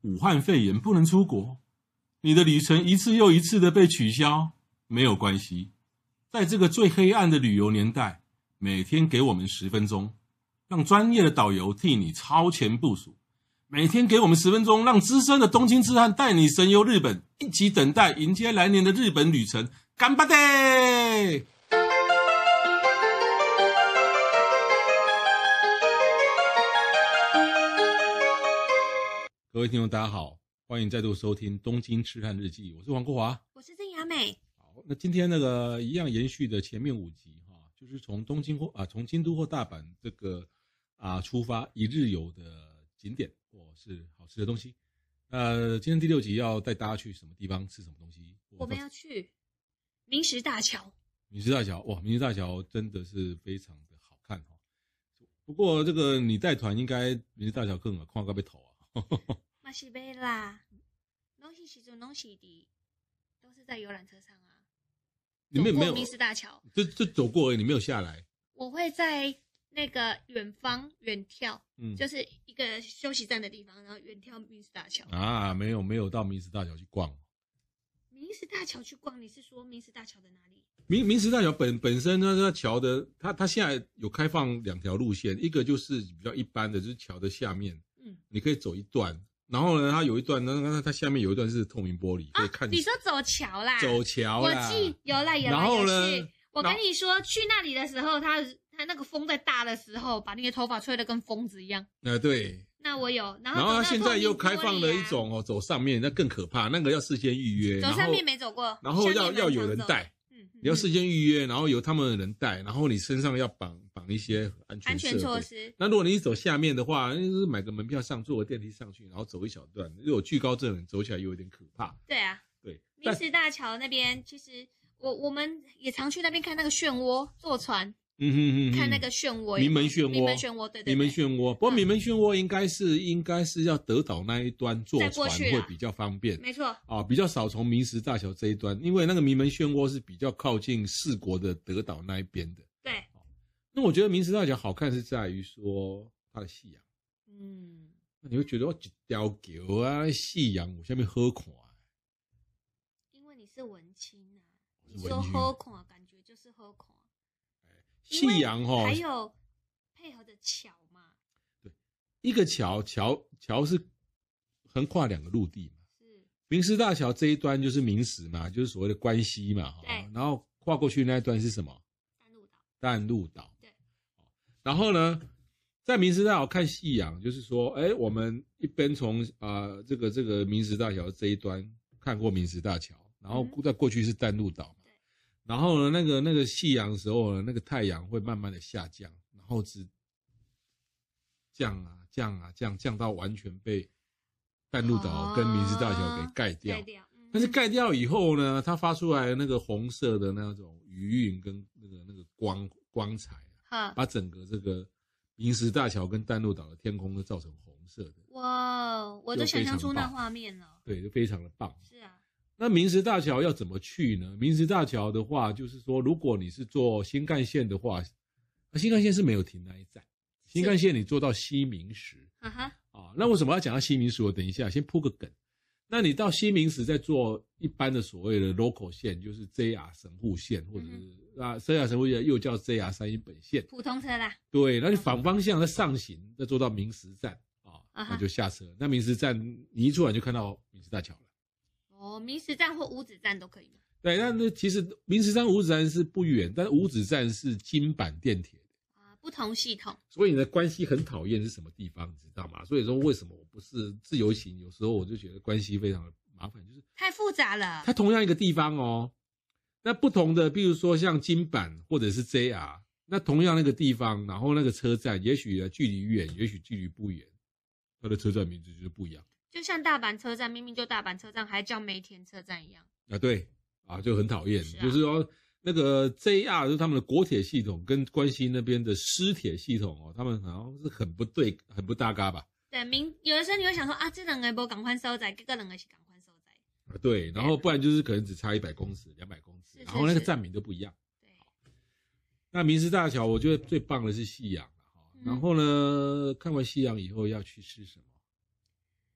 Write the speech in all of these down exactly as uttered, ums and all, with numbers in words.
武汉肺炎不能出国，你的旅程一次又一次的被取消，没有关系。在这个最黑暗的旅游年代，每天给我们十分钟，让专业的导游替你超前部署。每天给我们十分钟，让资深的东京之汉带你神游日本，一起等待迎接来年的日本旅程。干巴爹！各位听众大家好，欢迎再度收听东京痴汉日记，我是黄国华， 我是郑雅美。 好，那今天那个一样延续的前面五集哈，就是从东京或啊从京都或大阪这个啊出发一日游的景点或是好吃的东西。呃，今天第六集要带大家去什么地方吃什么东西？ 我们要去明石大桥。 明石大桥，哇，明石大桥真的是非常的好看哈。不过这个你带团应该明石大桥更啊，看到被头啊。 嘛是要啦，拢是时阵拢是的，都是在游览车上啊。 你们没有明石大桥， 就就走过而已，你没有下来。 我会在那个远方远眺， 嗯， 就是一个休息站的地方，然后远眺明石大桥。 啊，没有没有到明石大桥去逛。 明石大桥去逛，你是说明石大桥的哪里？ 明明石大桥本本身呢，它桥的它它现在有开放两条路线，一个就是比较一般的，就是桥的下面，嗯，你可以走一段。然后呢，它有一段，那它它下面有一段是透明玻璃，可以看。 啊、你说走桥啦？走桥啦。 我记有啦有啦。 然后呢， 我跟你说，去那里的时候，它它那个风在大的时候，把那个头发吹得跟疯子一样。 呃，对。 那我有，然后、啊、然后它现在又开放了一种哦，走上面那更可怕，那个要事先预约。 走上面没走过。 然后要要有人带。你要事先预约，然后由他们的人带，然后你身上要绑绑一些安全安全措施。 那如果你走下面的话，就是买个门票上，坐个电梯上去，然后走一小段，如果有惧高症的人走起来又有点可怕。 对啊， 对。 明石大桥那边，其实我我们也常去那边看那个漩涡，坐船。嗯哼哼，看那个漩涡， 名门漩涡， 名门漩涡，对对对， 名门漩涡。不过名门漩涡应该是、嗯、应该是要德岛那一端坐船会比较方便， 没错啊，比较少从明石大桥这一端，因为那个名门漩涡是比较靠近四国的德岛那一边的。 对， 那我觉得明石大桥好看是在于说它的夕阳，嗯，那你会觉得我一条桥啊，夕阳我下面好看， 因为你是文青啊，你说好看，感觉就是好看。 夕阳哈， 还有配合的桥嘛？ 对，一个桥桥桥是横跨两个陆地嘛。是。明石大桥这一端就是明石嘛，就是所谓的关西嘛。对。然后跨过去那一段是什么？ 淡路岛。 淡路岛。 对。 然后呢，在明石大桥看夕阳，就是说，哎，我们一边从啊、呃、这个这个明石大桥这一端看过明石大桥，然后再过去是淡路岛。嗯，然后呢，那个那个夕阳的时候呢，那个太阳会慢慢的下降，然后只降啊降啊降，降到完全被淡路岛跟明石大桥给盖掉。哦，盖掉。嗯，但是盖掉以后呢，它发出来的那个红色的那种余韵跟那个那个光光彩啊，把整个这个明石大桥跟淡路岛的天空都造成红色的。 哇，我都想象出那画面了。 对，就非常的棒。 是啊。 那明石大桥要怎么去呢？明石大桥的话，就是说，如果你是坐新干线的话，新干线是没有停那一站。新干线你坐到西明石，啊哈，啊，那为什么要讲到西明石？我等一下先铺个梗。那你到西明石再坐一般的所谓的 local 線，就是 J R 神户線，或者是、嗯、啊 J R 神户線又叫 J R 山阴本線， 普通车啦。 对，那你反方向再上行，再坐到明石站啊，那就下车。那明石站你一出来就看到明石大桥了。 哦，明石站或五指站都可以吗？ 对，那其实明石站、五指站是不远，但是五指站是京阪电铁的啊，不同系统。 所以呢，关西很讨厌是什么地方，你知道吗？所以说为什么我不是自由行？有时候我就觉得关西非常的麻烦，就是太复杂了。 它同样一个地方哦，那不同的，比如说像京阪或者是 J R， 那同样那个地方，然后那个车站，也许呢距离远，也许距离不远，它的车站名字就是不一样。 就像大阪车站明明就大阪车站，还叫梅田车站一样啊，对啊，就很讨厌，是啊，就是说那个 J R 就是他们的国铁系统跟关西那边的私铁系统哦，他们好像是很不对，很不搭嘎吧？ 对，明有的时候你会想说啊，这两个不赶快收载，这个两个是赶快收载啊，对，然后不然就是可能只差一百公尺、两百公尺，然后那个站名都不一样。对，那明石大桥我觉得最棒的是夕阳，嗯，然后呢，看完夕阳以后要去吃什么？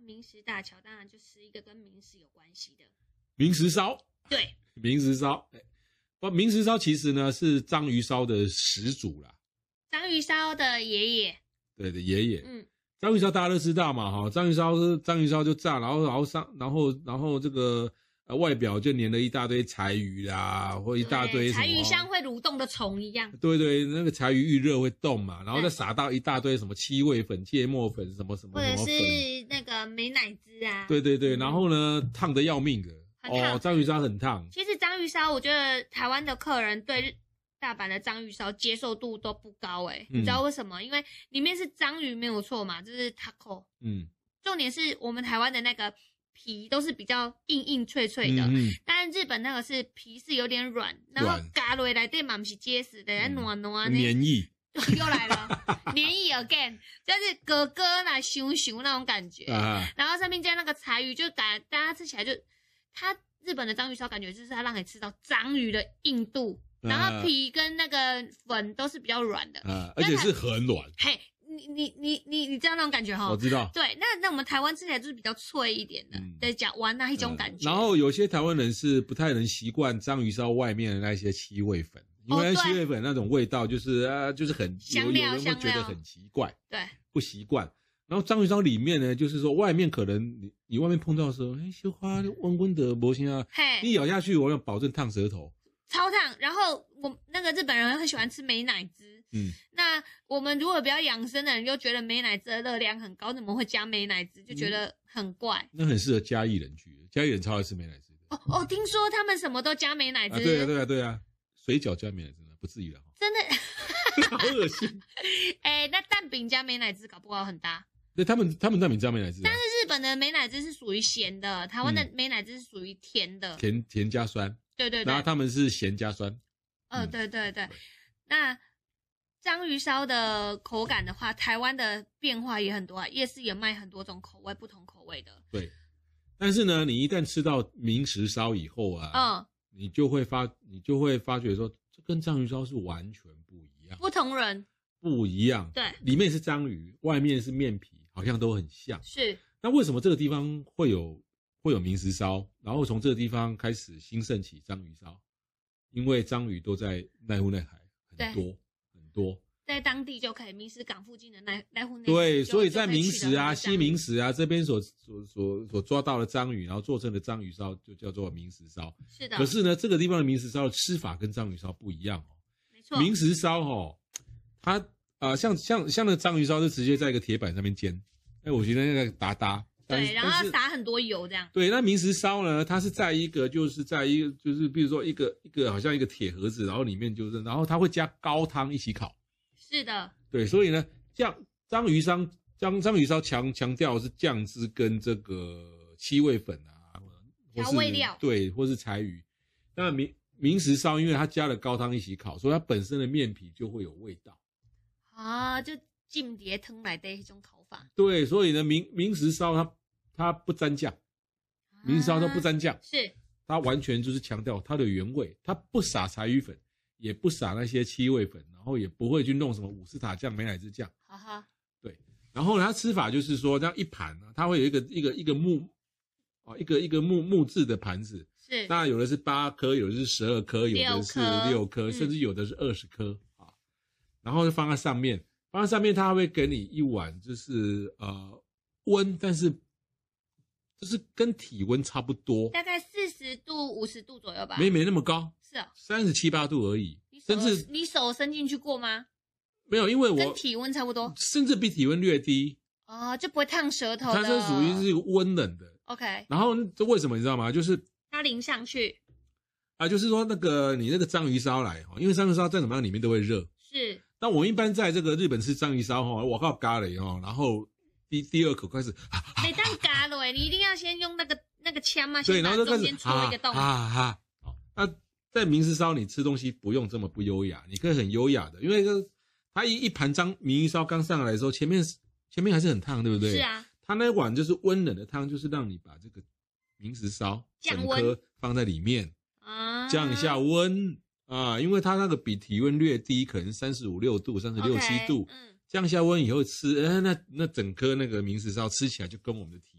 明石大桥，当然就吃一个跟明石有关系的明石烧。 对， 明石烧。不，明石烧其实呢是章鱼烧的始祖啦。 章鱼烧的爷爷。 对的，爷爷。 嗯。 章鱼烧大家都知道嘛，哈，章鱼烧是章鱼烧就炸，然后然后上然后然后这个呃外表就粘了一大堆柴鱼啦，或一大堆什么柴鱼像会蠕动的虫一样。 对对，那个柴鱼遇热会动嘛，然后再撒到一大堆什么七味粉、芥末粉什么什么什么粉， 或者是那个美乃滋啊。 对对对，然后呢烫得要命的，哦，章鱼烧很烫。 其实章鱼烧，我觉得台湾的客人对大阪的章鱼烧接受度都不高诶、欸嗯、你知道为什么？因为里面是章鱼没有错嘛，就是 taco。嗯，重点是我们台湾的那个皮都是比较硬硬脆脆的，嗯嗯，但是日本那个是皮是有点软，然后夹落来对嘛不是结实的，在软软的。 黏液。 又来了，黏液 again， 就是哥哥来熊熊那种感觉。啊、然后上面加那个柴鱼，就感大家吃起来就，它日本的章鱼烧感觉就是它让你吃到章鱼的硬度。然后皮跟那个粉都是比较软的， 啊，而且是很软。 嘿，你你你你你知道那种感觉哈？ 我知道。 对，那那我们台湾吃起来就是比较脆一点的，对、嗯，讲玩那一种感觉、 嗯。然后有些台湾人是不太能习惯章鱼烧外面的那些七味粉，因为七味粉那种味道就是啊，就是很有有人会觉得很奇怪， 对， 不习惯。然后章鱼烧里面呢，就是说外面可能你你外面碰到的时候，哎，小花温温的，没什啊，你咬下去，我要保证烫舌头。 超烫，然后我那个日本人很喜欢吃美乃滋，嗯，那我们如果比较养生的人又觉得美乃滋的热量很高，怎么会加美乃滋，就觉得很怪。 嗯、那很适合嘉义人去，嘉义人超爱吃美乃滋的。 哦哦，听说他们什么都加美乃滋、 啊，对啊对啊对啊，水饺加美乃滋不至于了， 真的， 好恶心。 哎、欸，那蛋饼加美乃滋搞不好很搭。 对他们，他们蛋饼加美乃滋、啊， 但是日本的美乃滋是属于咸的，台湾的美乃滋是属于甜的， 甜甜加酸。 对对对， 然后他们是咸加酸。 呃，嗯、对对对。那章鱼烧的口感的话，台湾的变化也很多啊，夜市也卖很多种口味，不同口味的。 对。但是呢，你一旦吃到明石烧以后啊，嗯，你就会发，你就会发觉说，这跟章鱼烧是完全不一样， 不同人， 不一样。 对， 里面是章鱼，外面是面皮，好像都很像。 是。 那为什么这个地方会有？会有明石烧，然后从这个地方开始兴盛起章鱼烧，因为章鱼都在濑户内海很多很多， 在当地就可以，明石港附近的濑濑户内海对，所以在明石啊、西明石啊这边所所所所抓到的章鱼，然后做成的章鱼烧就叫做明石烧。 是的。 可是呢，这个地方的明石烧的吃法跟章鱼烧不一样哦。 没错。 明石烧哦，它啊、呃、像像像那个章鱼烧是直接在一个铁板上面煎，哎，我觉得那个达达。 对，然后撒很多油这样。 对，那明石烧呢，它是在一个，就是在一个，就是比如说一个一个好像一个铁盒子，然后里面就是，然后它会加高汤一起烤。 是的。 对，所以呢，酱章鱼烧章章鱼烧强强调是酱汁跟这个七味粉啊， 调味料。对， 或是柴鱼。那明明石烧，因为它加了高汤一起烤，所以它本身的面皮就会有味道。 啊，就浸碟汤来的一种烤法。 对，所以呢，明明石烧它。它不沾酱，明石烧它不沾酱、啊， 是它完全就是强调它的原味，它不撒柴鱼粉，也不撒那些七味粉，然后也不会去弄什么五斯塔酱、美乃滋酱， 哈哈， 对。然后它吃法就是说，这样一盘呢，它会有一个一个一个木啊，一个一个木木质的盘子， 是， 当然有的是八颗，有的是十二颗，有的是六颗，甚至有的是二十颗啊。然后就放在上面，放在上面，它会给你一碗，就是呃温，但是。就是跟体温差不多， 大概四十度、五十度左右吧。 没没那么高， 是啊、哦， 三十七八度而已。甚至你手伸进去过吗？ 没有，因为我跟体温差不多， 甚至比体温略低。 哦，就不会烫舌头的。 它是属于是温冷的。 OK。 然后这为什么你知道吗？就是它淋上去啊，就是说那个你那个章鱼烧来哈，因为章鱼烧再怎么样里面都会热。 是。 但我一般在这个日本吃章鱼烧哈，我靠咖喱哈，然后。第第二口开始， 每当嘎了哎，你一定要先用那个那个枪嘛，先把中间戳一个洞。 啊哈，好，那在明石烧你吃东西不用这么不优雅，你可以很优雅的，因为它一一盘章明鱼烧刚上来的时候，前面前面还是很烫，对不对？ 是啊。 它那碗就是温冷的汤，就是让你把这个明石烧整颗放在里面，啊，降一下温啊，因为它那个比体温略低，可能三十五六度、三十六七度。嗯。降下温以后吃，哎，那那整颗那个明石烧吃起来就跟我们的体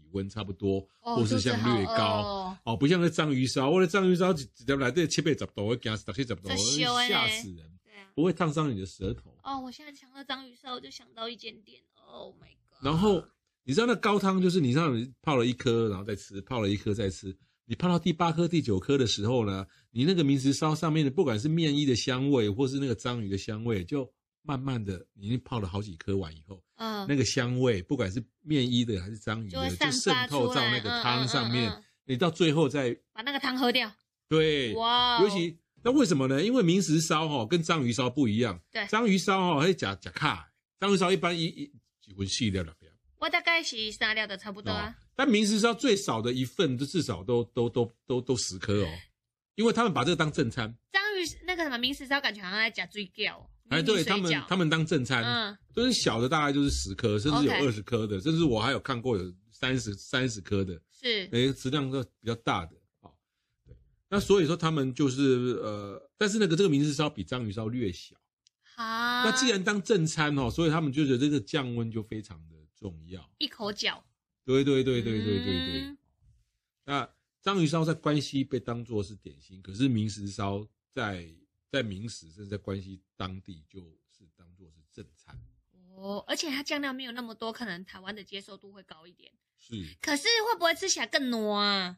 温差不多， 哦、 或是像略高哦, 哦，不像那章鱼烧，我的章鱼烧直接来这七八十度，我惊死六七十度，吓死人。 对啊， 不会烫伤你的舌头。 哦，我现在想到章鱼烧，我就想到一间店 ，Oh my god！ 然后你知道那高汤就是你让你泡了一颗，然后再吃，泡了一颗再吃。你泡到第八颗、第九颗的时候呢，你那个明石烧上面的不管是面衣的香味，或是那个章鱼的香味，就慢慢的，你已经泡了好几颗完以后，嗯，那个香味，不管是面衣的还是章鱼的，就, 就渗透到那个汤上面。嗯嗯嗯嗯、你到最后再把那个汤喝掉。 对， 哇、哦， 尤其那为什么呢？因为明石烧哈跟章鱼烧不一样。 对， 章鱼烧哈会加加卡，章鱼烧一般一一几分细料两片。 我大概是三料的差不多啊。 哦、但明石烧最少的一份，就至少都都都都都十颗哦，因为他们把这个当正餐。 章鱼那个什么明石烧，感觉好像在夹水饺。 哎，对他们他们当正餐，嗯，就是小的大概就是十颗，甚至有二十颗的， okay. 甚至我还有看过有三十三十颗的， 是， 哎，质量都比较大的。好，对，那所以说他们就是呃，但是那个这个明石烧比章鱼烧略小。 啊， 那既然当正餐哦，所以他们就觉得这个降温就非常的重要。 一口嚼。 对对对对对对对。嗯、那章鱼烧在关西被当作是点心，可是明石烧在在明石甚至在关西当地就是当作是正餐。 哦，而且它酱料没有那么多，可能台湾的接受度会高一点。 是。 可是会不会吃起来更糯啊？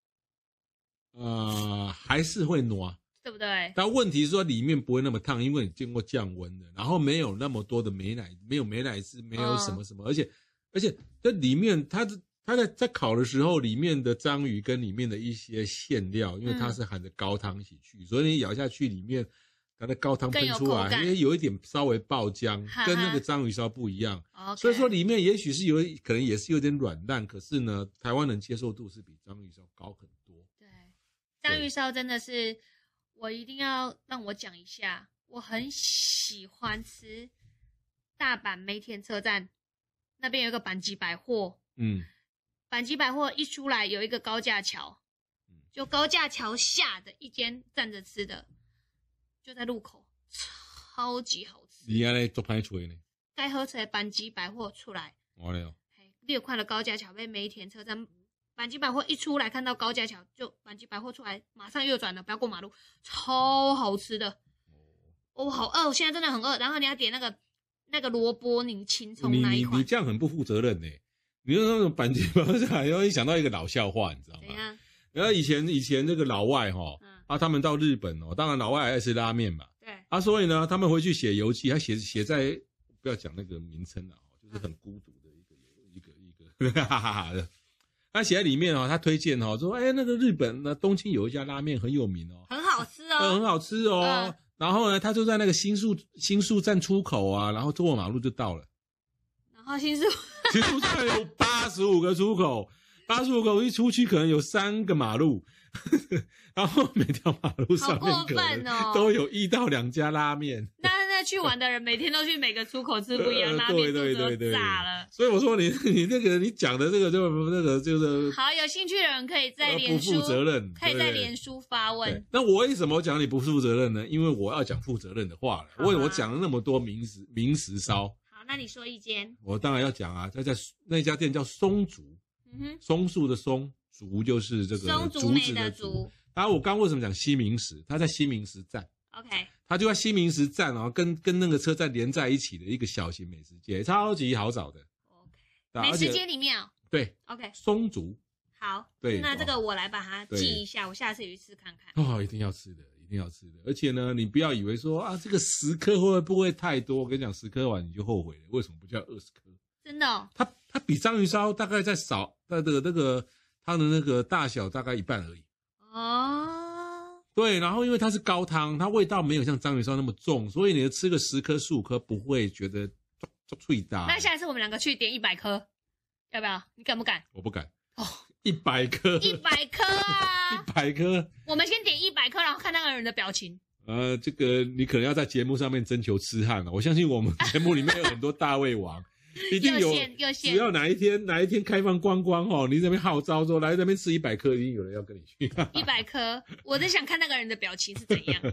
呃，还是会糯。 对不对？ 但问题是说里面不会那么烫，因为你经过降温的，然后没有那么多的美乃，没有美乃滋，没有什么什么，哦、而且而且这里面它它在在烤的时候，里面的章鱼跟里面的一些馅料，因为它是含着高汤一起去，嗯、所以你咬下去里面它的高汤喷出来，因为有一点稍微爆浆，哈哈跟那个章鱼烧不一样， 哦 okay、 所以说里面也许是有可能也是有点软烂，可是呢，台湾人接受度是比章鱼烧高很多。 对，章鱼烧真的是。我一定要让我讲一下，我很喜欢吃大阪梅田车站那边有一个阪急百货，嗯，阪急百货一出来有一个高架桥，就高架桥下的一间站着吃的，就在路口，超级好吃。 你安尼做歹找呢？ 该好吃的阪急百货出来， 完了， 六块的高架桥被梅田车站。阪急百货一出来，看到高架桥，就阪急百货出来，马上右转了，不要过马路，超好吃的。我、哦、好饿，我现在真的很饿。然后你要点那个那个萝卜泥青葱那一款。 你你你这样很不负责任呢、欸。你说那种阪急百货出来，又想到一个老笑话，你知道吗？ 怎样？ 然后以前以前这个老外哈，嗯、啊，他们到日本哦，当然老外爱吃拉面嘛。 对。 啊，所以呢，他们回去写游记，他写写在不要讲那个名称了，就是很孤独的一个、嗯、一个一个哈哈哈的。他写在里面哦，他推荐哦，说哎，那个日本那东京有一家拉面很有名哦， 很好吃哦， 呃、很好吃哦。嗯、然后呢，他就在那个新宿新宿站出口啊，然后过马路就到了。 然后新宿新宿站有八十五个出口，八十五口一出去可能有三个马路，然后每条马路上面可能都有一到两家拉面。 那那去玩的人每天都去每个出口吃不一样拉面，肚子都炸了。 所以我说你你那个你讲的这个就那个就是好，有兴趣的人可以在脸书不负责任， 可以在脸书发问。 那我为什么讲你不负责任呢？因为我要讲负责任的话了。啊、我我讲了那么多明石明石烧， 好，那你说一间， 我当然要讲啊。在在那家店叫松竹，嗯哼，松树的松，竹就是这个竹子的竹。然后我刚为什么讲西明石？它在西明石站。 OK， 它就在西明石站哦，跟跟那个车站连在一起的一个小型美食街，超级好找的。 OK， 美食街里面哦。 对 ，OK， 松竹。 好， 对， 那这个我来把它记一下，我下次去吃看看。 哦，一定要吃的，一定要吃的。而且呢，你不要以为说啊，这个十颗会不会太多？我跟你讲，十颗完你就后悔了。为什么不叫二十颗？ 真的哦。 它它比章鱼烧大概再少，它的那个它的那个大小大概一半而已。 哦。 对，然后因为它是高汤，它味道没有像章鱼烧那么重，所以你吃个十颗、十五颗不会觉得做脆大。 那下一次我们两个去点一百颗，要不要？你敢不敢？ 我不敢。哦，一百颗， 一百颗啊， 一百颗。 我们先点一百颗，然后看那个人的表情。 呃，这个你可能要在节目上面征求痴汉了。我相信我们节目里面有很多大胃王。一定有，只要哪一天哪一天开放观光哦，你这边号召说来这边吃一百颗，一定有人要跟你去。 一百颗，我在想看那个人的表情是怎样。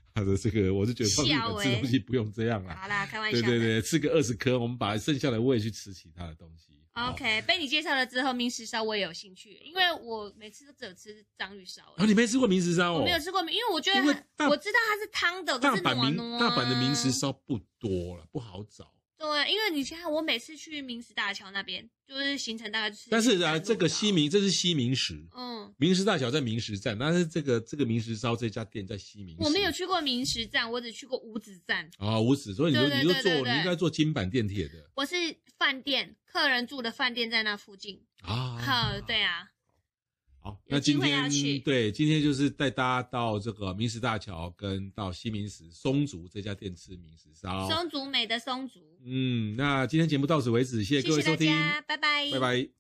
他的这个，我是觉得帮日本吃东西不用这样啦。 好啦，开玩笑。 对对对，吃个二十颗，我们把剩下的喂去吃其他的东西。 OK， 被你介绍了之后，明石烧我也有兴趣，因为我每次都只有吃章鱼烧。 啊，你没吃过明石烧哦？ 我没有吃过，因为我觉得我知道它是汤的，可是大阪明挪挪大阪的明石烧不多了，不好找。 对，因为你看，我每次去明石大桥那边，就是行程大概就是。 但是啊，这个西明这是西明石，嗯，明石大桥在明石站，但是这个这个明石烧这家店在西明石。 我没有去过明石站，我只去过五子站。 啊、哦，五子，所以你就你就坐，你应该坐金板电铁的。 我是饭店，客人住的饭店在那附近啊。好，对啊。 好，那今天对今天就是带大家到这个明石大桥，跟到西明石松竹这家店吃明石烧。 松竹美的松竹。 嗯，那今天节目到此为止，谢谢各位收听， 谢谢大家，拜拜， 拜拜。